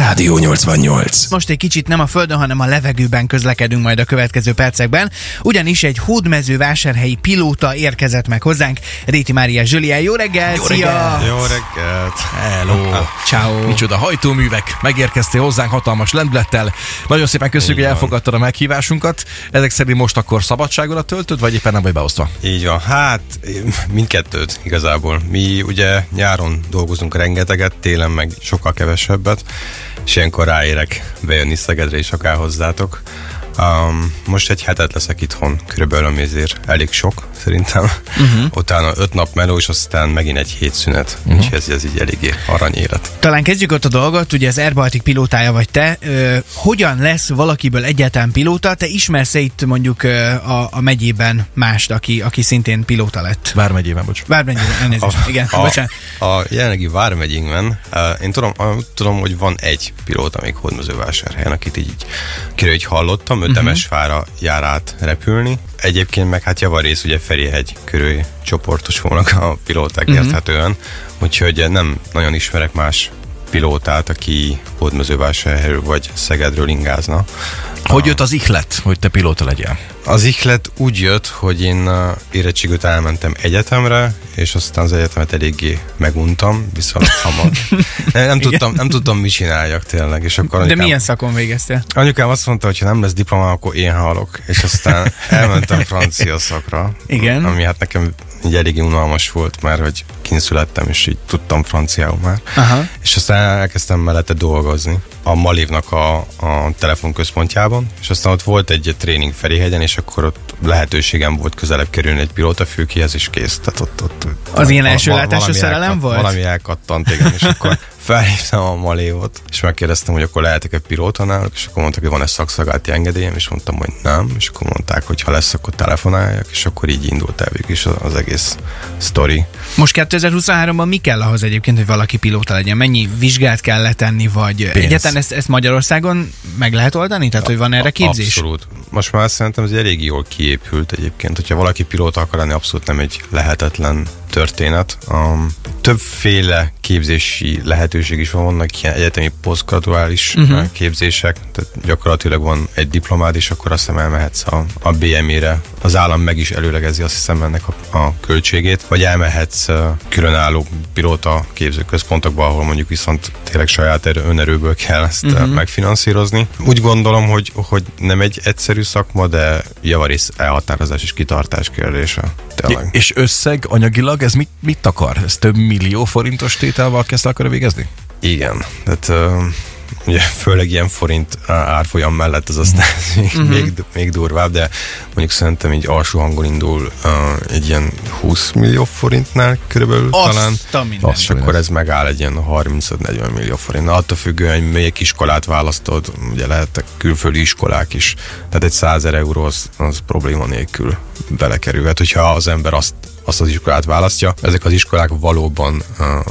Rádió 88. Most egy kicsit nem a földön, hanem a levegőben közlekedünk majd a következő percekben, ugyanis egy hódmezővásárhelyi pilóta érkezett meg hozzánk. Réti Mária Zsöliel, jó reggel! Jó szia! reggelt! Jó reggelt! Hello! Ciao. Micsoda hajtóművek, megérkeztél hozzánk hatalmas lendülettel. Nagyon szépen köszönjük, hogy elfogadtad a meghívásunkat. Ezek szerint most akkor szabadságodat töltöd, vagy éppen nem vagy beosztva? Így van, hát mindkettőt igazából. Mi ugye nyáron dolgozunk rengeteget, télen meg sokkal kevesebbet, és ilyenkor ráérek bejönni Szegedre is akár hozzátok. Most egy hetet leszek itthon, körülbelül ezért elég sok, szerintem. Utána 5 nap meló, és aztán megint egy hét szünet. Úgyhogy ez így eléggé aranyélet. Talán kezdjük ott a dolgot, ugye az Air Baltic pilótája vagy te. Hogyan lesz valakiből egyáltalán pilóta? Te ismersz-e itt mondjuk a megyében mást, aki szintén pilóta lett? Vármegyében, bocs. Vármegyében, elnézést. Igen, bocsánat. A jelenlegi Vármegyénkben én tudom, hogy van egy pilóta még Hódmezővásárhelyen, akiről így hallottam, Temesvárra jár át repülni. Egyébként meg hát javarész ugye Ferihegy körül csoportosulnak a pilóták érthetően, úgyhogy nem nagyon ismerek más pilótát, aki Hódmezővásárhelyről vagy Szegedről ingázna. Hogy jött az ihlet, hogy te pilóta legyél? Az ihlet úgy jött, hogy én érettségi után elmentem egyetemre, és aztán az egyetemet eléggé meguntam, viszonylag hamar. Nem tudtam, mit csináljak tényleg. És akkor De milyen szakon végeztél? Anyukám azt mondta, hogy ha nem lesz diplomám, akkor én halok. És aztán elmentem francia szakra. Igen. Ami hát nekem így eléggé unalmas volt, mert hogy kint születtem, és így tudtam franciául már. Aha. És aztán elkezdtem mellette dolgozni a Malévnak a telefonközpontjában, és aztán ott volt egy tréning Ferihegyen, és akkor ott lehetőségem volt közelebb kerülni egy pilótafülkéhez, és kész. Tehát ott az ilyen első látású szerelem volt? Valami elkattant, igen, és akkor felhívtam a Malévot, és megkérdeztem, hogy akkor lehetek egy pilóta náluk, és akkor mondtak, hogy van-e szakszolgálati engedélyem, és mondtam, hogy nem, és akkor mondták, hogy ha lesz, akkor telefonáljak, és akkor így indult el végül is az egész sztori. Most 2023-ban mi kell ahhoz egyébként, hogy valaki pilóta legyen? Mennyi vizsgát kell letenni, vagy egyáltalán ezt Magyarországon meg lehet oldani? Tehát, hogy van erre képzés? Abszolút. Most már szerintem ez elég jól kiépült egyébként. Hogyha valaki pilóta akar lenni, abszolút nem egy lehetetlen történet. Többféle képzési lehetőség is van, vannak ilyen egyetemi posztgraduális képzések, tehát gyakorlatilag van egy diplomád, és akkor azt hiszem elmehetsz a BME-re. Az állam meg is előlegezi azt hiszem ennek a költségét, vagy elmehetsz különálló pilóta képzőközpontokba, ahol mondjuk viszont tényleg saját önerőből kell ezt megfinanszírozni. Úgy gondolom, hogy nem egy egyszerű szakma, de javarész elhatározás és kitartás kérdése. Tényleg. És összeg anyagilag ez mit akar? Ez több millió forintos tételvel kezd akar végezni? Igen, tehát ugye főleg ilyen forint árfolyam mellett az aztán még durvább, de mondjuk szerintem így alsó hangon indul egy ilyen 20 millió forintnál körülbelül talán. És akkor ez megáll egy ilyen 35-40 millió forint. Attól függően, hogy melyik iskolát választod, ugye lehetnek külföldi iskolák is, tehát egy 100 000 euró az probléma nélkül belekerülhet, hogyha az ember azt az iskolát választja. Ezek az iskolák valóban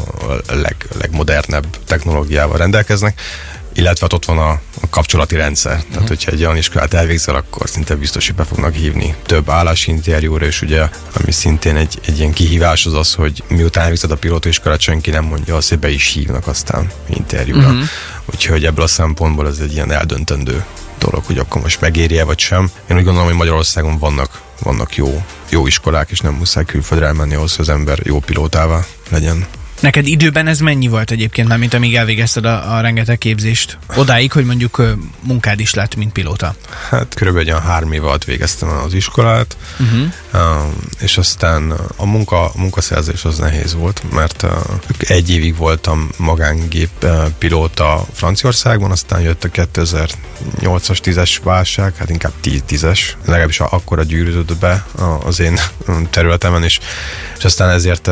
legmodernebb technológiával rendelkeznek, illetve ott van a kapcsolati rendszer. Tehát, hogyha egy olyan iskolát elvégzel, akkor szinte biztos, hogy be fognak hívni több állásinterjúra, és ugye, ami szintén egy ilyen kihívás az, hogy miután elvégzed a pilótaiskolát, senki nem mondja azt, hogy be is hívnak aztán interjúra. Úgyhogy ebből a szempontból ez egy ilyen eldöntendő dolog, hogy akkor most megéri-e vagy sem. Én úgy gondolom, hogy Magyarországon vannak jó iskolák, és nem muszáj külföldre elmenni ahhoz, hogy az ember jó pilótává legyen. Neked időben ez mennyi volt egyébként, már mint amíg elvégezted a rengeteg képzést? Odáig, hogy mondjuk munkád is lett, mint pilóta? Hát körülbelül olyan 3 év alatt végeztem az iskolát, és aztán a munkaszerzés az nehéz volt, mert 1 évig voltam magángép pilóta Franciaországban, aztán jött a 2008-as, 10-es válság, hát inkább 10-es, legalábbis akkora gyűrűzött be az én területemen, és aztán ezért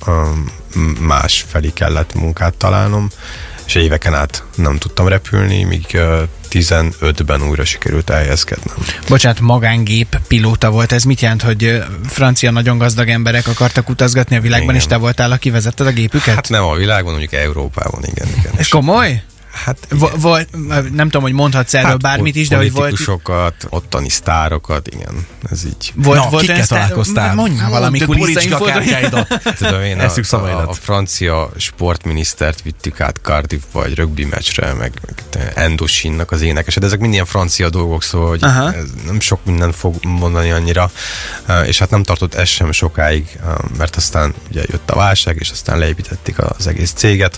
más felé kellett munkát találnom, és éveken át nem tudtam repülni, míg 15-ben újra sikerült elhelyezkednem. Bocsánat, magángép pilóta volt. Ez mit jelent, hogy francia nagyon gazdag emberek akartak utazgatni a világban, igen, és te voltál, aki vezetted a gépüket? Hát nem a világban, mondjuk Európában, igen. Ez komoly? Hát nem tudom, hogy mondhatsz erről bármit is, de hogy volt... Politikusokat, ottani sztárokat, igen, ez így. Volt kikkel találkoztál? Mondj már valami kulisszainkot. Tudom én, a francia sportminisztert vittük át Cardiffba egy rögbi meccsre, meg Endosinnak az énekese, de ezek mind ilyen francia dolgok, szóval hogy ez nem sok minden fog mondani annyira, és hát nem tartott ez sem sokáig, mert aztán ugye jött a válság, és aztán leépítették az egész céget,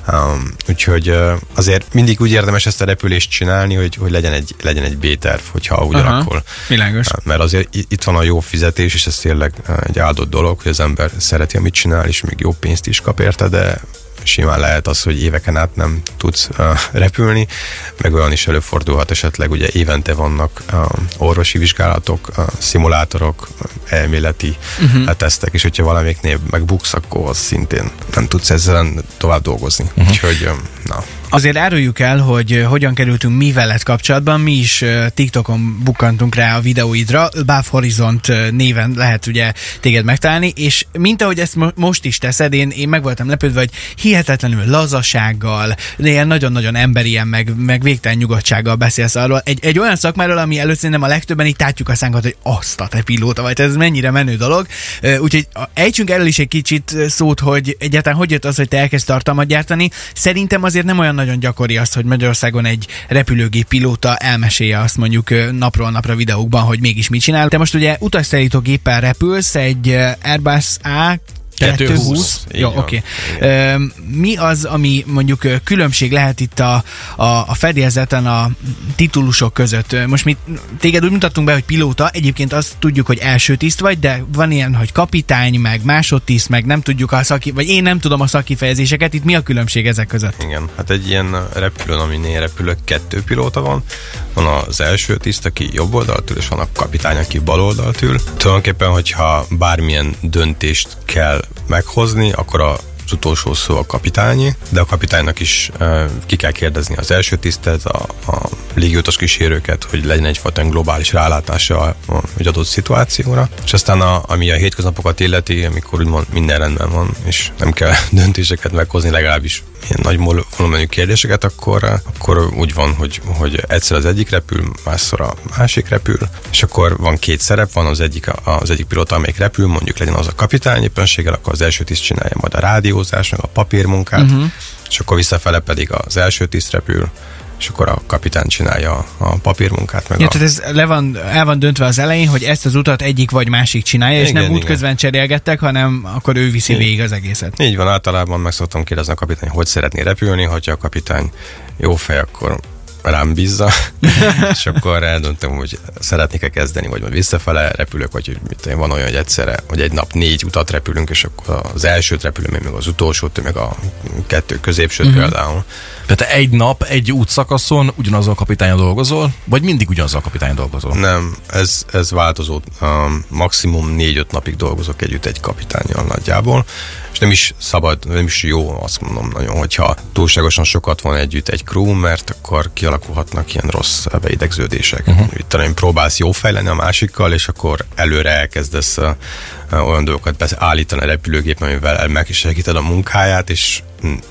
úgyhogy azért mindig úgy érdemes ezt a repülést csinálni, hogy legyen egy B-terv, hogyha úgy alakul. Világos. Mert azért itt van a jó fizetés, és ez tényleg egy áldott dolog, hogy az ember szereti, amit csinál, és még jó pénzt is kap érte, de simán lehet az, hogy éveken át nem tudsz repülni, meg olyan is előfordulhat esetleg, ugye évente vannak orvosi vizsgálatok, szimulátorok, elméleti tesztek, és hogyha valamiknél megbuksz, akkor szintén nem tudsz ezzel tovább dolgozni. Úgyhogy, na. Azért áruljuk el, hogy hogyan kerültünk mi veled kapcsolatban. Mi is TikTokon bukkantunk rá a videóidra. Above Horizont néven lehet ugye téged megtalálni, és mint ahogy ezt most is teszed, én meg voltam lepődve, hogy hihetetlenül lazasággal, de ilyen nagyon-nagyon emberien, meg végtelen nyugodtsággal beszélsz arról. Egy olyan szakmáról, ami előtt szerintem a legtöbben így tátjuk a szánkat, hogy azt a te pilóta vagy, ez mennyire menő dolog. Úgyhogy ejtsünk erről is egy kicsit szót, hogy egyáltalán hogy jött az, hogy te elkezd tartalmat gyártani. Szerintem azért nem olyan nagyon gyakori az, hogy Magyarországon egy repülőgép pilóta elmesélje azt mondjuk napról napra videókban, hogy mégis mit csinál. Te most ugye utasszállító géppel repülsz, egy Airbus A220. Jó, oké. Mi az, ami mondjuk különbség lehet itt a fedélzeten a titulusok között? Most téged úgy mutattunk be, hogy pilóta, egyébként azt tudjuk, hogy első tiszt vagy, de van ilyen, hogy kapitány, meg másodtiszt, meg nem tudjuk vagy én nem tudom a szakifejezéseket, itt mi a különbség ezek között? Igen, hát egy ilyen repülőn, aminél repülök, 2 pilóta van az első tiszt, aki jobb oldalt ül, és van a kapitány, aki bal oldalt ül. Tulajdonképpen, hogyha bármilyen döntést kell meghozni, akkor az utolsó szó a kapitányi, de a kapitánynak is ki kell kérdezni az első tisztet, a légiutas kísérőket, hogy legyen egyfajta globális rálátása egy adott szituációra, és aztán ami a hétköznapokat illeti, amikor úgymond minden rendben van, és nem kell döntéseket meghozni, legalábbis ilyen nagy volumenű kérdéseket, akkor úgy van, hogy egyszer az egyik repül, másszor a másik repül, és akkor van 2 szerep, van az egyik pilóta, amelyik repül, mondjuk legyen az a kapitány éppenséggel, akkor az első tiszt csinálja majd a rádiózás, meg a papírmunkát, és akkor visszafele pedig az első tiszt repül, és akkor a kapitány csinálja a papírmunkát. Meg tehát ez el van döntve az elején, hogy ezt az utat egyik vagy másik csinálja, és nem útközben cserélgettek, hanem akkor ő viszi végig az egészet. Így van, általában meg szoktam kérdezni a kapitány, hogy szeretné repülni, hogyha a kapitány jó fej, akkor rám bízza, és akkor eldöntöm, hogy szeretnék-e kezdeni, vagy majd visszafele repülök, vagy hogy van olyan, hogy egyszerre, hogy egy nap 4 utat repülünk, és akkor az elsőt repülöm, meg az utolsót, meg a 2 középsőt például. Tehát egy nap, egy útszakaszon ugyanazzal a kapitányon dolgozol, vagy mindig ugyanazzal a kapitányon dolgozol? Nem, ez változó. Maximum 4-5 napig dolgozok együtt egy kapitánnyal nagyjából, és nem is szabad, nem is jó, azt mondom nagyon, hogyha túlságosan sokat van együtt egy crew, mert akkor kialakulhatnak ilyen rossz beidegződések. Talán próbálsz jó fejleni a másikkal, és akkor előre elkezdesz olyan dolgokat állítani a repülőgép, amivel megsegíted a munkáját, és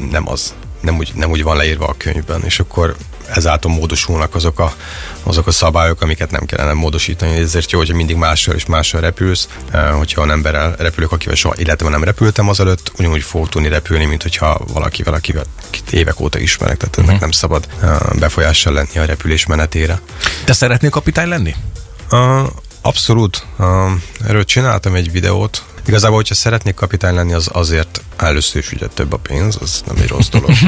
nem úgy van leírva a könyvben, és akkor ezáltal módosulnak azok a szabályok, amiket nem kellene módosítani. Ezért jó, hogyha mindig mással és mással repülsz. Hogyha olyan emberrel repülök, akivel soha életben nem repültem azelőtt, ugyanúgy fogok tudni repülni, mint hogyha akivel évek óta ismerek, tehát ennek nem szabad befolyással lenni a repülés menetére. Te szeretnél kapitány lenni? Abszolút. Erről csináltam egy videót. Igazából, hogyha szeretnék kapitány lenni, az azért először is ugye több a pénz, az nem egy rossz dolog.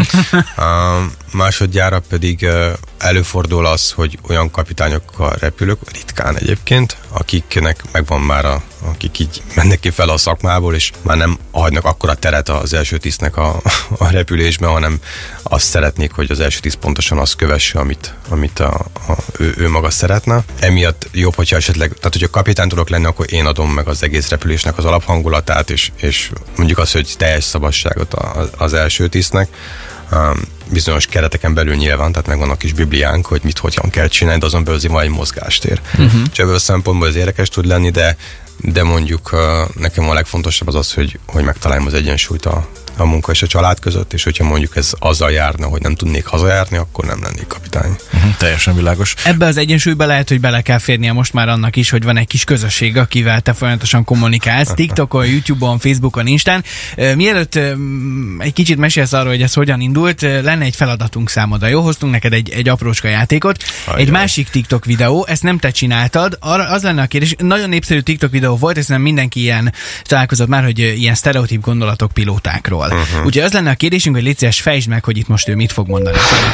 Másodjára pedig előfordul az, hogy olyan kapitányokkal repülök, ritkán egyébként, akiknek megvan már akik így mennek ki fel a szakmából, és már nem hagynak akkora teret az első tisztnek a repülésben, hanem azt szeretnék, hogy az első tiszt pontosan azt kövesse, amit ő maga szeretne. Emiatt jobb, hogyha esetleg, tehát hogyha kapitány tudok lenni, akkor én adom meg az egész repülésnek az alaphangulatát, és mondjuk azt, hogy teljes szabadságot az első tisztnek. Bizonyos kereteken belül nyilván, tehát megvan a kis bibliánk, hogy hogyan kell csinálni, de azon belül van egy mozgástér. És ebből a szempontból ez érdekes tud lenni, de mondjuk nekem a legfontosabb az, hogy megtaláljam az egyensúlyt a a munka és a család között, és hogyha mondjuk ez azzal járna, hogy nem tudnék hazajárni, akkor nem lennék kapitány. Teljesen világos. Ebbe az egyensúlyba lehet, hogy bele kell férnie most már annak is, hogy van egy kis közösség, akivel te folyamatosan kommunikálsz, TikTokon, YouTube-on, Facebookon, Instán. Mielőtt egy kicsit mesélsz arról, hogy ez hogyan indult, lenne egy feladatunk számodra. Jó, hoztunk neked egy aprócska játékot. Egy másik TikTok videó, ezt nem te csináltad, az lenne a kérdés, nagyon népszerű TikTok videó volt, és nem mindenki ilyen találkozott már, hogy ilyen sztereotíp gondolatok pilótákról. Úgyhogy az lenne a kérdésünk, hogy légy szíves, fejtsd meg, hogy itt most ő mit fog mondani.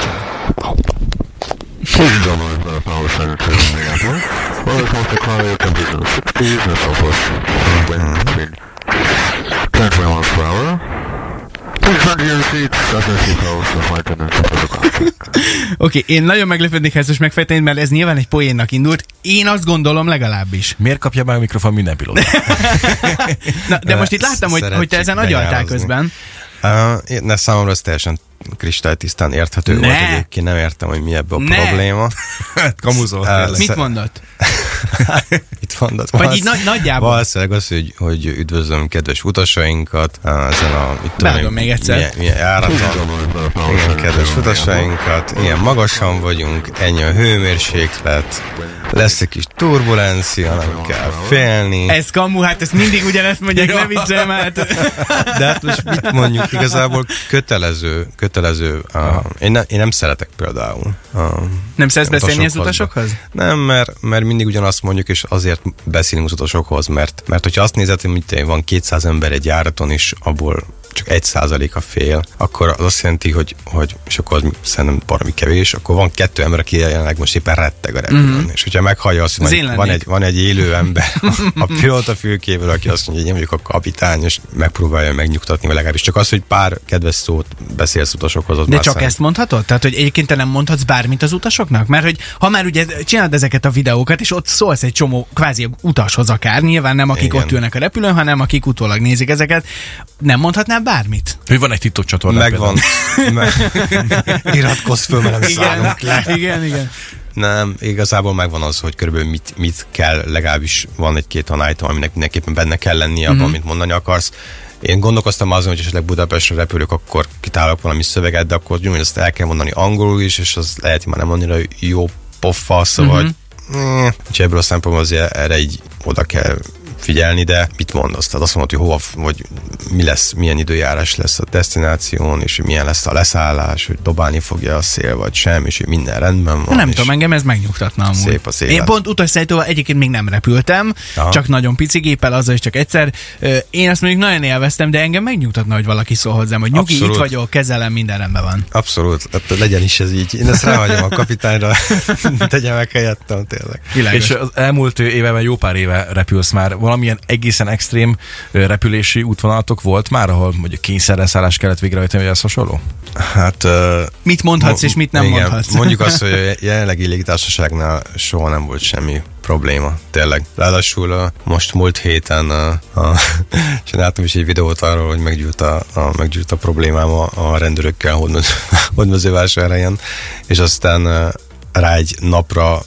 Oké, én nagyon meglepődnék, ha ezt most megfejtenéd, mert ez nyilván egy poénnak indult. Én azt gondolom legalábbis. Miért kapja már a mikrofon minden pilóta? Na, de most itt láttam, hogy te ezen agyaltál közben. Számomra ez teljesen kristálytisztán érthető volt, egyébként nem értem, hogy mi ebbe a probléma. Kamuzolt. Mit mondott? Itt mondott. Vagy így nagyjából. Valószínűleg az, hogy üdvözlöm kedves utasainkat ezen a... Beadom még egyszer. Milyen járaton. Igen, kedves utasainkat. Ilyen magasan vagyunk, ennyi a hőmérséklet. Lesz egy kis turbulencia, nem kell félni. Ez kamu, hát ezt mindig ugyanezt mondják, ne vicceljem át. De hát most mit mondjuk, igazából kötelező. Én nem szeretek például. Nem szeretsz beszélni az utasokhoz? Nem, mert mindig ugyanazt mondjuk, és azért beszélünk az utasokhoz, mert hogyha azt nézed, hogy van 200 ember egy járaton, és abból csak 1% a fél, akkor az azt jelenti, hogy és akkor az szerintem valami kevés, akkor van 2 ember, aki jelenleg most éppen retteg a repülőn. És hogyha meghallja azt, hogy van egy élő ember a pilóta fülkéből, aki azt mondja, hogy én vagyok a kapitány, és megpróbálja megnyugtatni, vagy legalábbis csak az, hogy pár kedves szót beszélsz utasokhoz. De csak ezt mondhatod? Tehát, hogy egyébként te nem mondhatsz bármit az utasoknak? Mert hogy ha már ugye csinálod ezeket a videókat, és ott szólsz egy csomó kvázi utashoz akár, nyilván nem akik ott ülnek a repülőn, hanem akik utólag nézik ezeket, nem mondhatnál bármit? Hogy van egy TikTok csatorna. Megvan. Iratkozz föl, mert nem szállunk le. Igen. Nem, igazából megvan az, hogy körülbelül mit kell, legalábbis van egy-két olyan item, aminek mindenképpen benne kell lennie abban, amit mondani akarsz. Én gondolkoztam azon, hogy esetleg Budapestre repülök, akkor kitálok valami szöveget, de akkor úgy, azt el kell mondani angolul is, és az lehet, hogy már nem annyira jó poffa, szóval úgyhogy ebből a szempontból azért erre így oda kell figyelni, de mit mondasz? Tehát azt mondod, hogy hogy mi lesz, milyen időjárás lesz a desztináción, és hogy milyen lesz a leszállás, hogy dobálni fogja a szél, vagy sem, és hogy minden rendben van. Nem tudom, engem ez megnyugtatna amúgy. Szép az élet. Én pont utasszállítóval egyébként még nem repültem, csak nagyon pici géppel, azzal is csak egyszer. Én azt mondjuk nagyon élveztem, de engem megnyugtatna, hogy valaki szól hozzám, hogy nyugi, itt vagyok, kezelem, minden rendben van. Abszolút, hát legyen is ez így. Én ezt ráhagyom a kapitányra, tegye meg helyettem, tényleg. Világos. És az elmúlt évben jó pár éve repülsz már. Valamilyen egészen extrém repülési útvonalatok volt már, ahol mondjuk kényszerleszállás kellett végrehajtani, vagy ez hasonló? Hát... mit mondhatsz és mit nem mondhatsz? Mondjuk azt, hogy jelenlegi légitársaságnál soha nem volt semmi probléma, tényleg. Ráadásul most múlt héten csináltam is egy videót arról, hogy meggyűlt a problémám a rendőrökkel Hódmezővásárhelyen, és aztán rá egy napra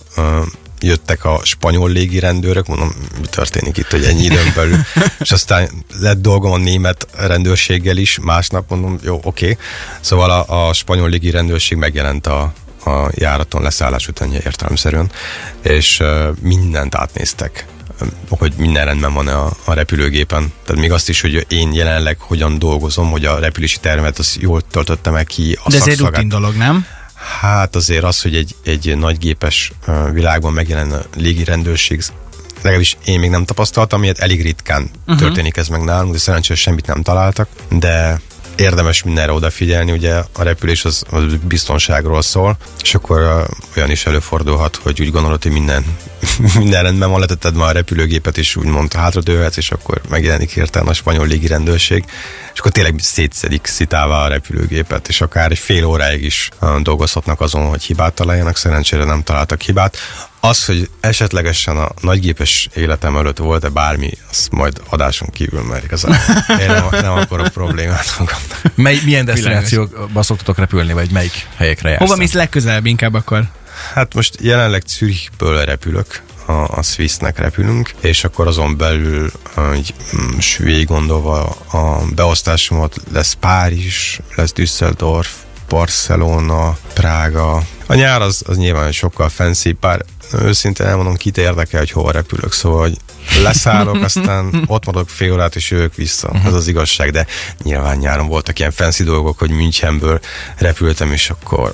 jöttek a spanyol légirendőrök, mondom, mi történik itt, hogy ennyi időn belül, és aztán lett dolgom a német rendőrséggel is, másnap mondom, jó, oké. Szóval a spanyol légirendőrség megjelent a járaton leszállás után értelemszerűen, és mindent átnéztek, hogy minden rendben van a repülőgépen. Tehát még azt is, hogy én jelenleg hogyan dolgozom, hogy a repülési termet az jól töltöttem meg ki. De ez egy rutin dolog, nem? Hát azért az, hogy egy nagygépes világban megjelen a légirendőrség, legalábbis én még nem tapasztaltam, ilyet elég ritkán történik ez meg nálunk, de szerencsére semmit nem találtak, de érdemes mindenre odafigyelni, ugye a repülés az biztonságról szól, és akkor olyan is előfordulhat, hogy úgy gondolod, hogy minden rendben van, letetted már a repülőgépet, és úgymond hátradőlhetsz, és akkor megjelenik hirtelen a spanyol légirendőrség, és akkor tényleg szétszedik szitává a repülőgépet, és akár egy fél óráig is dolgozhatnak azon, hogy hibát találjanak, szerencsére nem találtak hibát. Az, hogy esetlegesen a nagygépes életem előtt volt-e bármi, azt majd adáson kívül, mert igazán én nem akarok problémát magamnak. Milyen desztinációkba szoktatok repülni, vagy melyik helyekre jársz? Hova mész legközelebb inkább akkor? Hát most jelenleg Zürichből repülök a Swissnek repülünk, és akkor azon belül így végig gondolva a beosztásomat lesz Párizs, lesz Düsseldorf, Barcelona, Prága. A nyár az nyilván sokkal fancy, bár őszintén elmondom, kit érdekel, hogy hova repülök, szóval hogy leszállok, aztán ott maradok fél órát, és jövök vissza. Ez az igazság, de nyilván nyáron voltak ilyen fancy dolgok, hogy Münchenből repültem, és akkor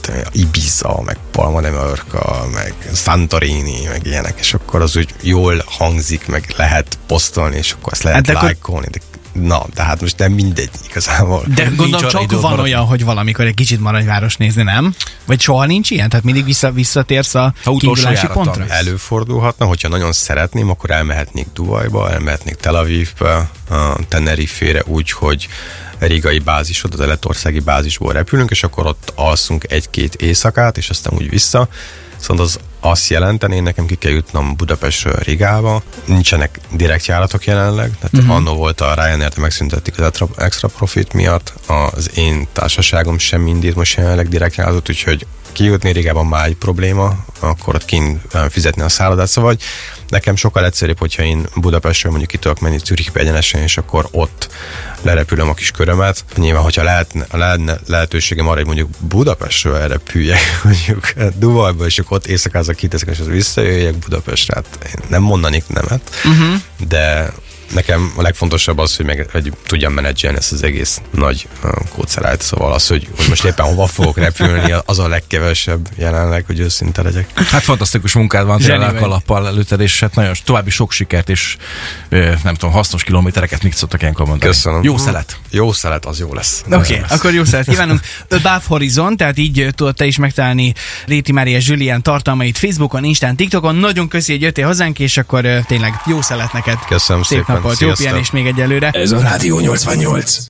Ibiza, meg Palma de Mallorca, meg Santorini, meg ilyenek, és akkor az úgy jól hangzik, meg lehet posztolni, és akkor azt lehet lájkolni, na, de hát most nem mindegy igazából. De gondolom csak van olyan, hogy valamikor egy kicsit Maranyváros nézni, nem? Vagy soha nincs ilyen? Tehát mindig visszatérsz a kiindulási pontra? Előfordulhatna, hogyha nagyon szeretném, akkor elmehetnék Dubajba, elmehetnék Tel Avivba, Tenerife-re úgy, hogy rigai bázisod, az lettországi bázisból repülünk, és akkor ott alszunk 1-2 éjszakát, és aztán úgy vissza. Szóval az azt jelenteni, nekem ki kell jutnom Budapestről Rigába, nincsenek direkt járatok jelenleg, tehát annó volt a Ryanair-t megszüntették az extra profit miatt, az én társaságom sem indít most jelenleg direkt járatot, úgyhogy kijutni Rigában már egy probléma, akkor ott kint fizetni a szállodát, szóval nekem sokkal egyszerűbb, hogyha én Budapestről mondjuk ki tudok menni Zürichbe egyenesen, és akkor ott lerepülöm a kis körömet. Nyilván, hogyha lehetne lehetőségem arra, hogy mondjuk Budapestről elrepüljek, mondjuk Dubajba, és akkor ott éjszakázok, kiteszek, és visszajöjjek Budapestre. Hát én nem mondanék nemet, de nekem a legfontosabb az, hogy tudjam menedzselni ezt az egész nagy kócerájt, szóval az, hogy most éppen hova fogok repülni, az a legkevesebb jelenleg, hogy őszinte legyek. Hát fantasztikus munkád van tényleg a kalappal előtted, és hát nagyon további sok sikert, és nem tudom, hasznos kilométereket mit szoktak ilyenkor mondani. Köszönöm. Jó szelet. Jó szelet, az jó lesz. Oké, akkor jó szelet kívánunk. Above Horizon, tehát így tudod te is megtalálni Réti Mária Julien tartalmait Facebookon, Instán, TikTokon. Nagyon köszi, hogy jöttél hozzánk, és akkor tényleg jó szelet neked. Köszönöm szépen. Jó pihenést még egyelőre. Ez a Rádió 88.